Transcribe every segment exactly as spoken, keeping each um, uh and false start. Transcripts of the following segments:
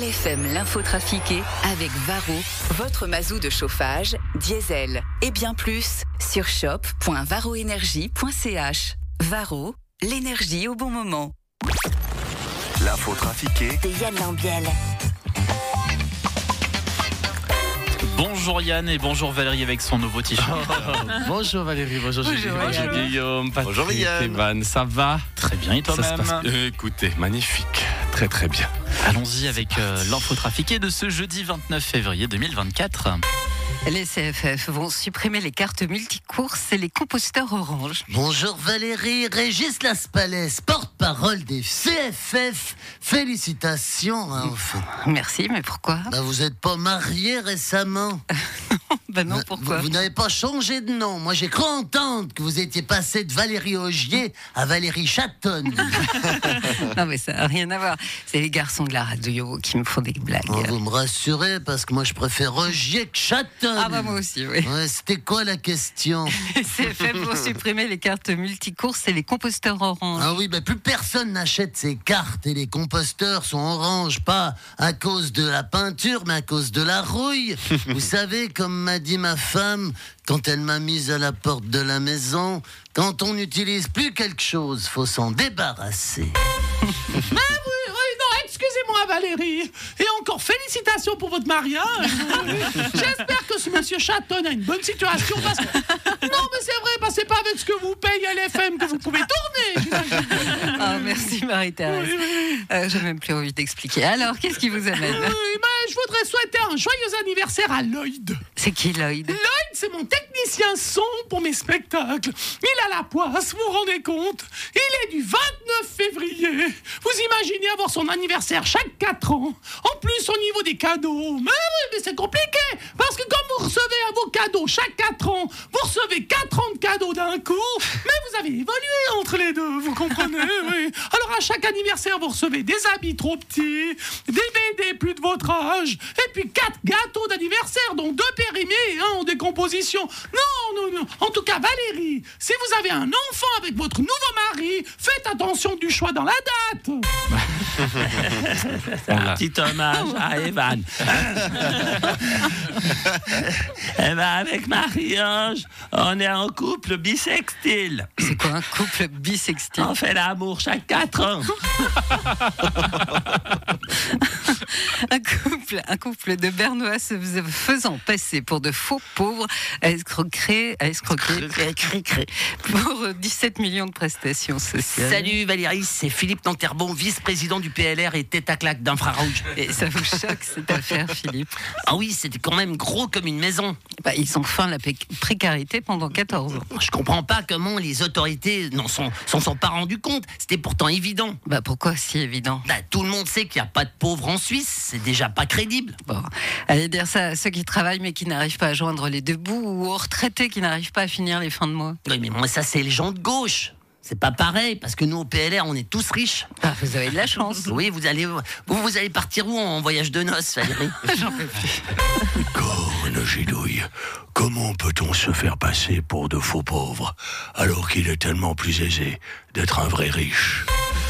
F M l'info trafiquée avec Varro, votre mazou de chauffage, diesel et bien plus sur shop point varroénergie point c h. Varro, l'énergie au bon moment. L'info trafiquée de Yann Lambiel. Bonjour Yann et bonjour Valérie avec son nouveau t-shirt. Oh, bonjour Valérie, bonjour, Bonjour, Gilles, Yann. bonjour Guillaume, Patrick, Bonjour Yann. Evan, ça va? Très bien et Ça se toi-même? passe... Euh, Écoutez, magnifique, très très bien. Allons-y avec euh, l'info trafiquée de ce jeudi vingt-neuf février deux mille vingt-quatre. Les C F F vont supprimer les cartes multicourses et les composteurs orange. Bonjour Valérie, Régis Laspalès, porte-parole des C F F. Félicitations, hein, enfin. Merci, mais pourquoi? Bah, vous n'êtes pas marié récemment? Ben non, Bah, pourquoi? Vous, vous n'avez pas changé de nom. Moi, j'ai cru entendre que vous étiez passé de Valérie Augier à Valérie Chatonne. Non, mais ça n'a rien à voir. C'est les garçons de la radio qui me font des blagues. Oh, vous me rassurez, parce que moi, je préfère Augier que Chatonne. Ah bah moi aussi, oui. Ouais, c'était quoi la question? Les C F F vont supprimer les cartes multicourses et les composteurs orange. Ah oui, bah plus personne n'achète ces cartes et les composteurs sont orange, pas à cause de la peinture, mais à cause de la rouille. Vous savez, comme m'a dit ma femme, quand elle m'a mise à la porte de la maison, quand on n'utilise plus quelque chose, faut s'en débarrasser. Mais oui, oui, non, excusez-moi Valérie. Et encore félicitations pour votre mariage. J'espère que ce monsieur Chatonne a une bonne situation parce que... Non, mais c'est vrai, bah, c'est pas avec ce que vous payez à l'F M que vous pouvez tourner. j'imagine. Ah, merci Marie-Thérèse. Oui, oui. Euh, j'ai même plus envie d'expliquer. Alors, qu'est-ce qui vous amène? Oui, mais je voudrais souhaiter un joyeux anniversaire à Lloyd. C'est qui Lloyd? Lloyd, c'est mon technicien son pour mes spectacles. Il a la poisse, vous vous rendez compte? Il est du vingt-neuf février. Vous imaginez avoir son anniversaire chaque quatre ans. En plus, au niveau des cadeaux. Mais oui, mais c'est compliqué. Parce que comme vous recevez à vos cadeaux chaque quatre ans, vous recevez quatre ans de cadeaux d'un coup. Mais vous avez évolué entre les deux, vous comprenez? Oui. Alors à chaque anniversaire, vous recevez des habits trop petits, des B D plus de votre âge, et puis quatre gâteaux d'anniversaire, dont deux périmés et un en décomposition. Non, non, non. En tout cas, Valérie, si vous avez un enfant avec votre nouveau mari, faites attention du choix dans la date. Un Petit hommage à Evan. Eh ben, avec Marie-Ange, on est en couple bisextile. C'est quoi un couple bisextile? On fait l'amour chaque quatre ans. Un couple, un couple de Bernois se faisant passer pour de faux pauvres à escroquer, à escroquer pour dix-sept millions de prestations sociales. Salut Valérie, c'est Philippe Nanterbon, vice-président du P L R et tête à claque d'infrarouge. Et ça vous choque cette affaire, Philippe? Ah oui, c'était quand même gros comme une maison. Bah, ils ont faim la pé- précarité pendant quatorze ans. Je comprends pas comment les autorités n'en sont, s'en sont pas rendues compte. C'était pourtant évident. Bah pourquoi si évident? Bah, tout le monde sait qu'il n'y a pas de pauvres en Suisse, c'est déjà pas crédible. Bon, allez dire ça à ceux qui travaillent mais qui n'arrivent pas à joindre les deux bouts ou aux retraités qui n'arrivent pas à finir les fins de mois. Oui, mais moi ça c'est les gens de gauche. C'est pas pareil, parce que nous au P L R on est tous riches. Ah, vous avez de la chance. Oui, vous allez, vous, vous allez partir où en voyage de noces, Valérie? J'en peux plus. Corne gidouille, comment peut-on se faire passer pour de faux pauvres alors qu'il est tellement plus aisé d'être un vrai riche?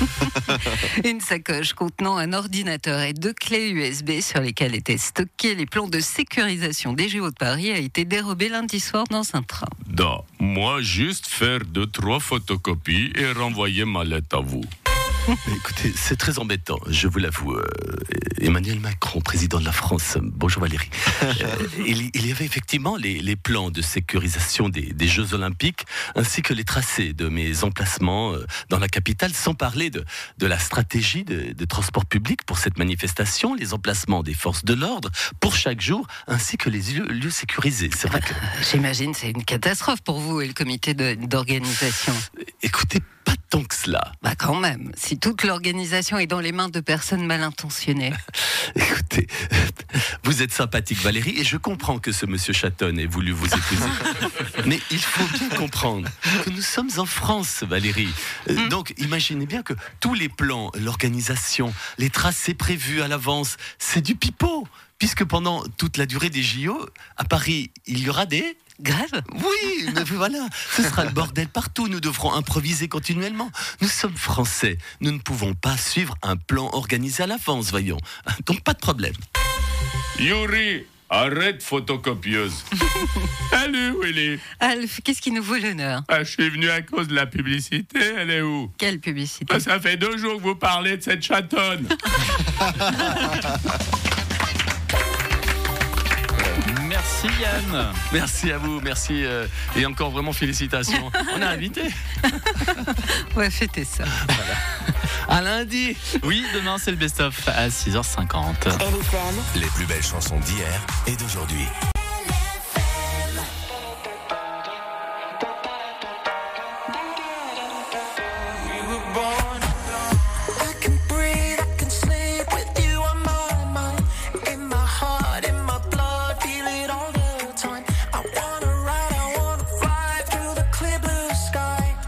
Une sacoche contenant un ordinateur et deux clés U S B sur lesquelles étaient stockés les plans de sécurisation des J O de Paris a été dérobée lundi soir dans un train. Non, moi juste faire deux, trois photocopies et renvoyer ma lettre à vous. Écoutez, c'est très embêtant, je vous l'avoue. Euh, Emmanuel Macron, président de la France, bonjour Valérie. Euh, il, il y avait effectivement les, les plans de sécurisation des, des Jeux Olympiques, ainsi que les tracés de mes emplacements euh, dans la capitale, sans parler de, de la stratégie de, de transport public pour cette manifestation, les emplacements des forces de l'ordre pour chaque jour, ainsi que les lieux, lieux sécurisés. C'est vrai que... J'imagine c'est une catastrophe pour vous et le comité de- d'organisation. Écoutez, pas tant que cela. Bah quand même, si toute l'organisation est dans les mains de personnes mal intentionnées. Écoutez, vous êtes sympathique Valérie et je comprends que ce monsieur Chatonne ait voulu vous épouser. Mais il faut bien comprendre que nous sommes en France Valérie. Euh, Donc imaginez bien que tous les plans, l'organisation, les tracés prévus à l'avance, c'est du pipeau. Puisque pendant toute la durée des J O, à Paris, il y aura des... Grève? Oui, mais voilà, ce sera le bordel partout. Nous devrons improviser continuellement. Nous sommes français. Nous ne pouvons pas suivre un plan organisé à l'avance, voyons. Donc pas de problème. Yuri, arrête photocopieuse. Salut Willy. Alf, qu'est-ce qui nous vaut l'honneur? Ah, je suis venu à cause de la publicité, elle est où? Quelle publicité? Ah, ça fait deux jours que vous parlez de cette chatonne. Merci Yann. Merci à vous, merci. euh, et encore vraiment félicitations. On a invité. Ouais, fêtez ça. À lundi. Oui, demain c'est le best-of à six heures cinquante. Les plus belles chansons d'hier et d'aujourd'hui.